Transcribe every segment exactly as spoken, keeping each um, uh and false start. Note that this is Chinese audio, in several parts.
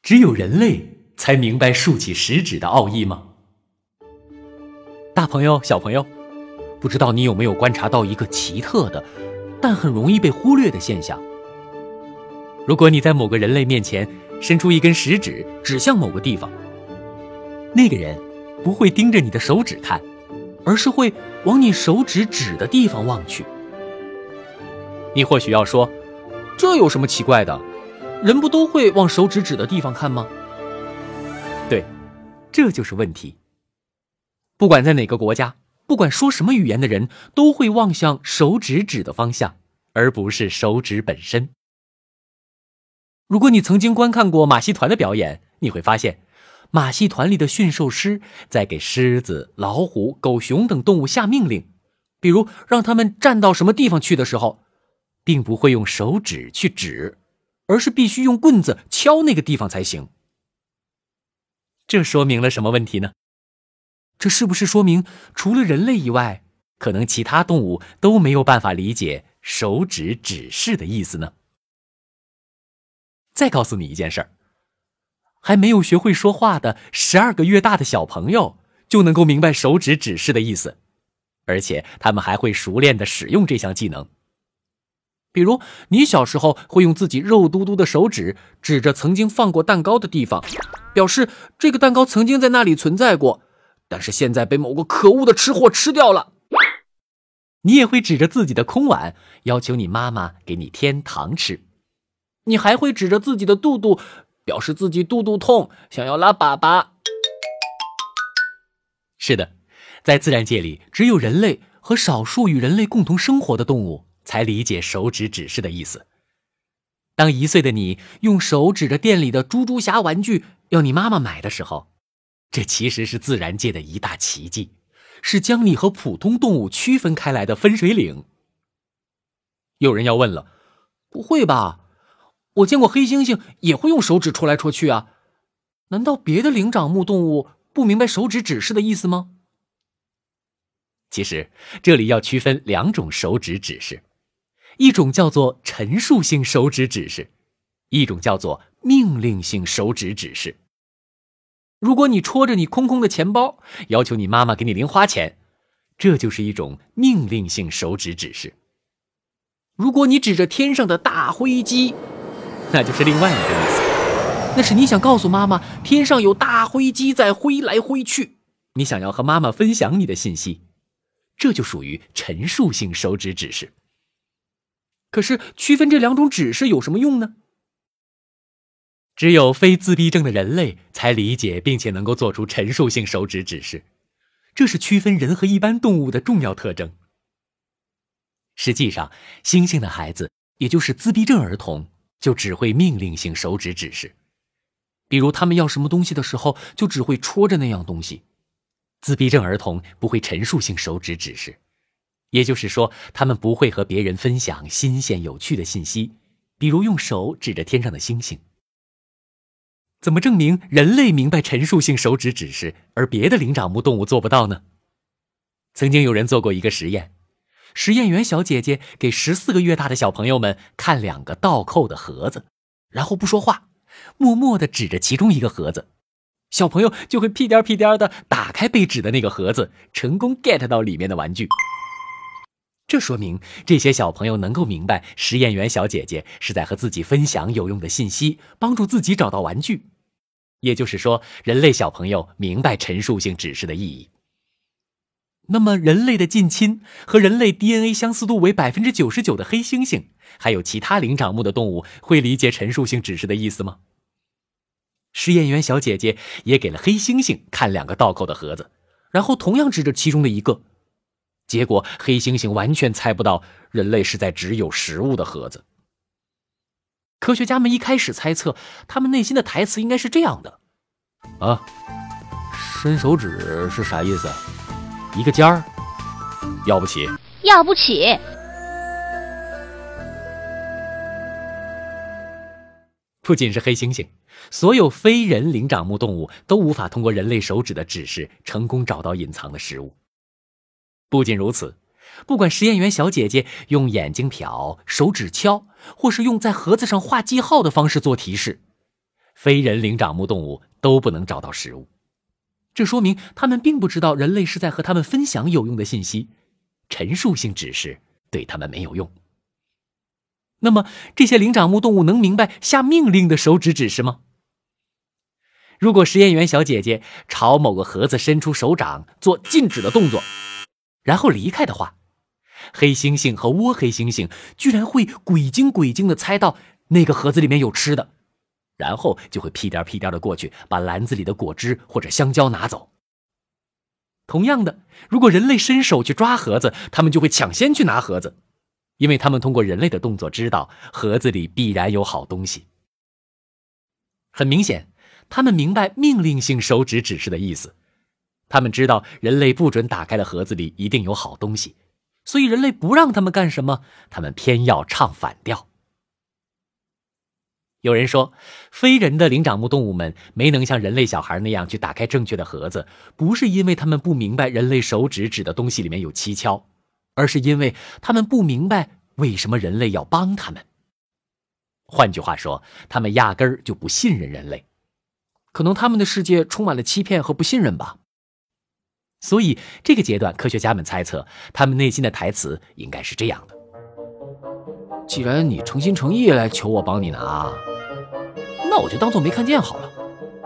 只有人类才明白竖起食指的奥义吗？大朋友小朋友，不知道你有没有观察到一个奇特的但很容易被忽略的现象。如果你在某个人类面前伸出一根食指指向某个地方，那个人不会盯着你的手指看，而是会往你手指指的地方望去。你或许要说，这有什么奇怪的？人不都会往手指指的地方看吗？对，这就是问题。不管在哪个国家，不管说什么语言的人，都会望向手指指的方向，而不是手指本身。如果你曾经观看过马戏团的表演，你会发现，马戏团里的驯兽师在给狮子、老虎、狗熊等动物下命令，比如让他们站到什么地方去的时候，并不会用手指去指，而是必须用棍子敲那个地方才行。这说明了什么问题呢？这是不是说明除了人类以外，可能其他动物都没有办法理解手指指示的意思呢？再告诉你一件事儿，还没有学会说话的十二个月大的小朋友就能够明白手指指示的意思，而且他们还会熟练地使用这项技能。比如你小时候会用自己肉嘟嘟的手指指着曾经放过蛋糕的地方，表示这个蛋糕曾经在那里存在过，但是现在被某个可恶的吃货吃掉了。你也会指着自己的空碗要求你妈妈给你添糖吃。你还会指着自己的肚肚表示自己肚肚痛，想要拉粑粑。是的，在自然界里，只有人类和少数与人类共同生活的动物才理解手指指示的意思。当一岁的你用手指着店里的猪猪侠玩具要你妈妈买的时候，这其实是自然界的一大奇迹，是将你和普通动物区分开来的分水岭。有人要问了，不会吧？我见过黑猩猩也会用手指戳来戳去啊，难道别的灵长目动物不明白手指指示的意思吗？其实这里要区分两种手指指示，一种叫做陈述性手指指示，一种叫做命令性手指指示。如果你戳着你空空的钱包，要求你妈妈给你零花钱，这就是一种命令性手指指示。如果你指着天上的大灰鸡，那就是另外一个意思，那是你想告诉妈妈天上有大灰鸡在挥来挥去，你想要和妈妈分享你的信息，这就属于陈述性手指指示。可是区分这两种指示有什么用呢？只有非自闭症的人类才理解并且能够做出陈述性手指指示，这是区分人和一般动物的重要特征。实际上，猩猩的孩子，也就是自闭症儿童，就只会命令性手指指示。比如他们要什么东西的时候，就只会戳着那样东西。自闭症儿童不会陈述性手指指示，也就是说，他们不会和别人分享新鲜有趣的信息，比如用手指着天上的星星。怎么证明人类明白陈述性手指指示，而别的灵长目动物做不到呢？曾经有人做过一个实验，实验员小姐姐给十四个月大的小朋友们看两个倒扣的盒子，然后不说话，默默地指着其中一个盒子，小朋友就会屁颠屁颠地打开被指的那个盒子，成功 get 到里面的玩具。这说明这些小朋友能够明白实验员小姐姐是在和自己分享有用的信息，帮助自己找到玩具。也就是说，人类小朋友明白陈述性指示的意义。那么人类的近亲和人类 D N A 相似度为 百分之九十九 的黑猩猩，还有其他灵长目的动物会理解陈述性指示的意思吗？实验员小姐姐也给了黑猩猩看两个倒扣的盒子，然后同样指着其中的一个。结果黑猩猩完全猜不到人类是在指有食物的盒子。科学家们一开始猜测，他们内心的台词应该是这样的：啊，伸手指是啥意思？一个尖儿，要不起， 要不起。 不仅是黑猩猩，所有非人灵长目动物都无法通过人类手指的指示成功找到隐藏的食物。不仅如此，不管实验员小姐姐用眼睛瞟、手指敲，或是用在盒子上画记号的方式做提示， 非人灵长目动物都不能找到食物。这说明它们并不知道人类是在和它们分享有用的信息，陈述性指示对它们没有用。那么这些灵长目动物能明白下命令的手指指示吗？如果实验员小姐姐朝某个盒子伸出手掌做禁止的动作，然后离开的话，黑猩猩和倭黑猩猩居然会鬼精鬼精地猜到那个盒子里面有吃的，然后就会屁颠屁颠地过去把篮子里的果汁或者香蕉拿走。同样的，如果人类伸手去抓盒子，他们就会抢先去拿盒子，因为他们通过人类的动作知道盒子里必然有好东西。很明显，他们明白命令性手指指示的意思，他们知道人类不准打开的盒子里一定有好东西，所以人类不让他们干什么，他们偏要唱反调。有人说，非人的灵长目动物们没能像人类小孩那样去打开正确的盒子，不是因为他们不明白人类手指指的东西里面有蹊跷，而是因为他们不明白为什么人类要帮他们。换句话说，他们压根儿就不信任人类，可能他们的世界充满了欺骗和不信任吧。所以这个阶段，科学家们猜测他们内心的台词应该是这样的：既然你诚心诚意来求我帮你拿，那我就当作没看见好了。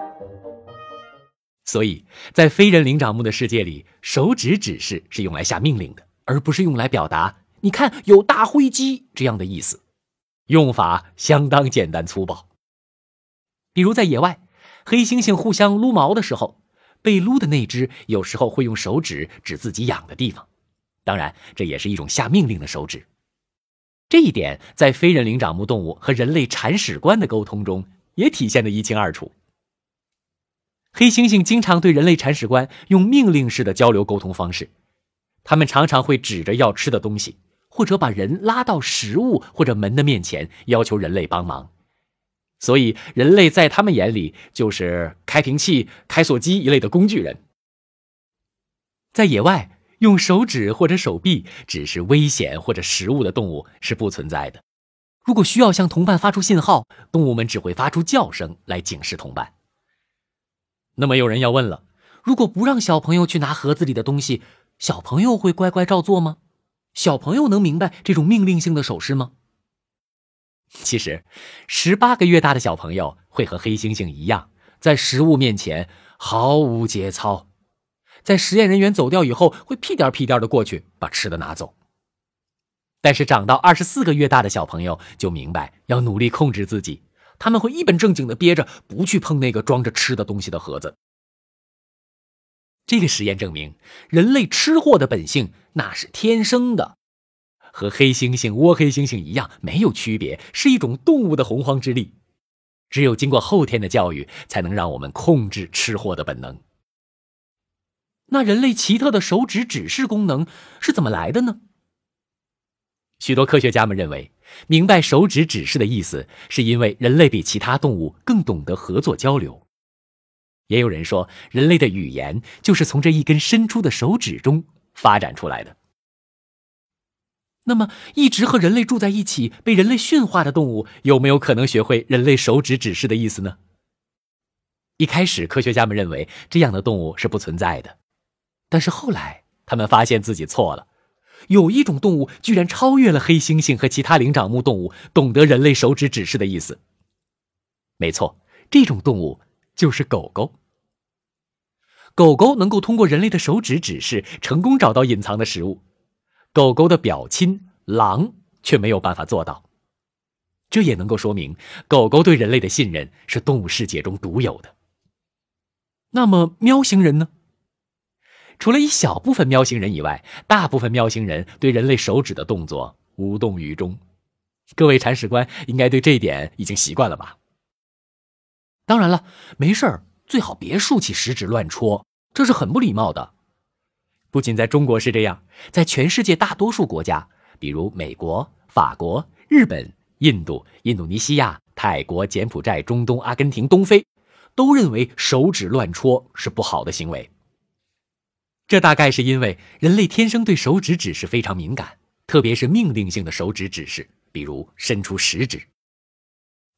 所以在非人灵长目的世界里，手指指示是用来下命令的，而不是用来表达你看有大灰鸡这样的意思，用法相当简单粗暴。比如在野外，黑猩猩互相撸毛的时候，被撸的那只有时候会用手指指自己痒的地方，当然这也是一种下命令的手指。这一点在非人灵长目动物和人类铲屎官的沟通中也体现得一清二楚。黑猩猩经常对人类铲屎官用命令式的交流沟通方式，他们常常会指着要吃的东西，或者把人拉到食物或者门的面前，要求人类帮忙。所以人类在他们眼里就是开瓶器、开锁机一类的工具人。在野外，用手指或者手臂指示危险或者食物的动物是不存在的。如果需要向同伴发出信号，动物们只会发出叫声来警示同伴。那么有人要问了，如果不让小朋友去拿盒子里的东西，小朋友会乖乖照做吗？小朋友能明白这种命令性的手势吗？其实十八个月大的小朋友会和黑猩猩一样，在食物面前毫无节操，在实验人员走掉以后会屁颠屁颠的过去把吃的拿走。但是长到二十四个月大的小朋友就明白要努力控制自己，他们会一本正经的憋着不去碰那个装着吃的东西的盒子。这个实验证明，人类吃货的本性那是天生的，和黑猩猩、倭黑猩猩一样没有区别，是一种动物的洪荒之力。只有经过后天的教育，才能让我们控制吃货的本能。那人类奇特的手指指示功能是怎么来的呢？许多科学家们认为，明白手指指示的意思，是因为人类比其他动物更懂得合作交流。也有人说，人类的语言就是从这一根伸出的手指中发展出来的。那么，一直和人类住在一起、被人类驯化的动物，有没有可能学会人类手指指示的意思呢？一开始，科学家们认为这样的动物是不存在的，但是后来，他们发现自己错了。有一种动物居然超越了黑猩猩和其他灵长目动物，懂得人类手指指示的意思。没错，这种动物就是狗狗。狗狗能够通过人类的手指指示，成功找到隐藏的食物。狗狗的表亲狼却没有办法做到。这也能够说明，狗狗对人类的信任是动物世界中独有的。那么喵星人呢？除了一小部分喵星人以外，大部分喵星人对人类手指的动作无动于衷。各位铲屎官应该对这一点已经习惯了吧？当然了，没事儿，最好别竖起食指乱戳，这是很不礼貌的。不仅在中国是这样，在全世界大多数国家，比如美国、法国、日本、印度、印度尼西亚、泰国、柬埔寨、中东、阿根廷、东非，都认为手指乱戳是不好的行为。这大概是因为人类天生对手指指示非常敏感，特别是命令性的手指指示，比如伸出食指。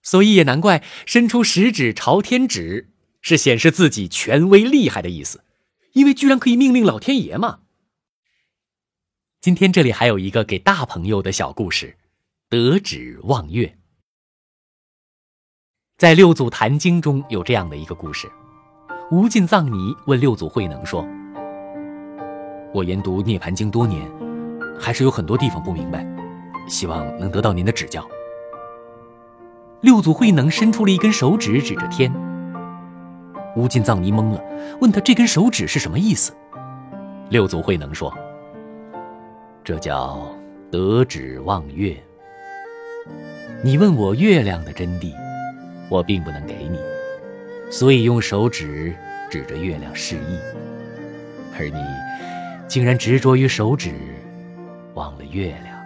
所以也难怪伸出食指朝天指是显示自己权威厉害的意思，因为居然可以命令老天爷嘛。今天这里还有一个给大朋友的小故事，得指望月。在六祖坛经中有这样的一个故事，无尽藏尼问六祖慧能说，我研读涅盘经多年，还是有很多地方不明白，希望能得到您的指教。六祖慧能伸出了一根手指指着天，无尽藏尼懵了，问他这根手指是什么意思。六祖慧能说，这叫得指望月。你问我月亮的真谛，我并不能给你，所以用手指指着月亮示意，而你竟然执着于手指，忘了月亮。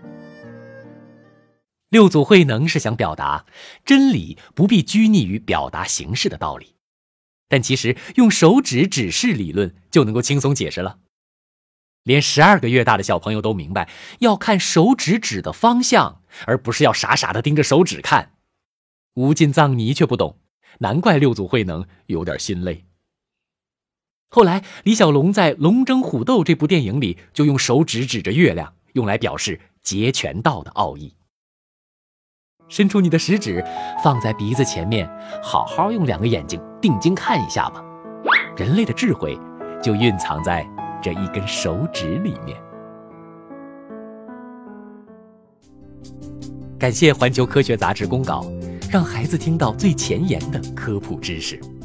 六祖慧能是想表达真理不必拘泥于表达形式的道理，但其实用手指指示理论就能够轻松解释了。连十二个月大的小朋友都明白，要看手指指的方向，而不是要傻傻的盯着手指看。无尽藏尼却不懂，难怪六祖慧能有点心累。后来李小龙在《龙争虎斗》这部电影里就用手指指着月亮，用来表示截拳道的奥义。伸出你的食指，放在鼻子前面，好好用两个眼睛定睛看一下吧。人类的智慧就蕴藏在这一根手指里面。感谢环球科学杂志公稿，让孩子听到最前沿的科普知识。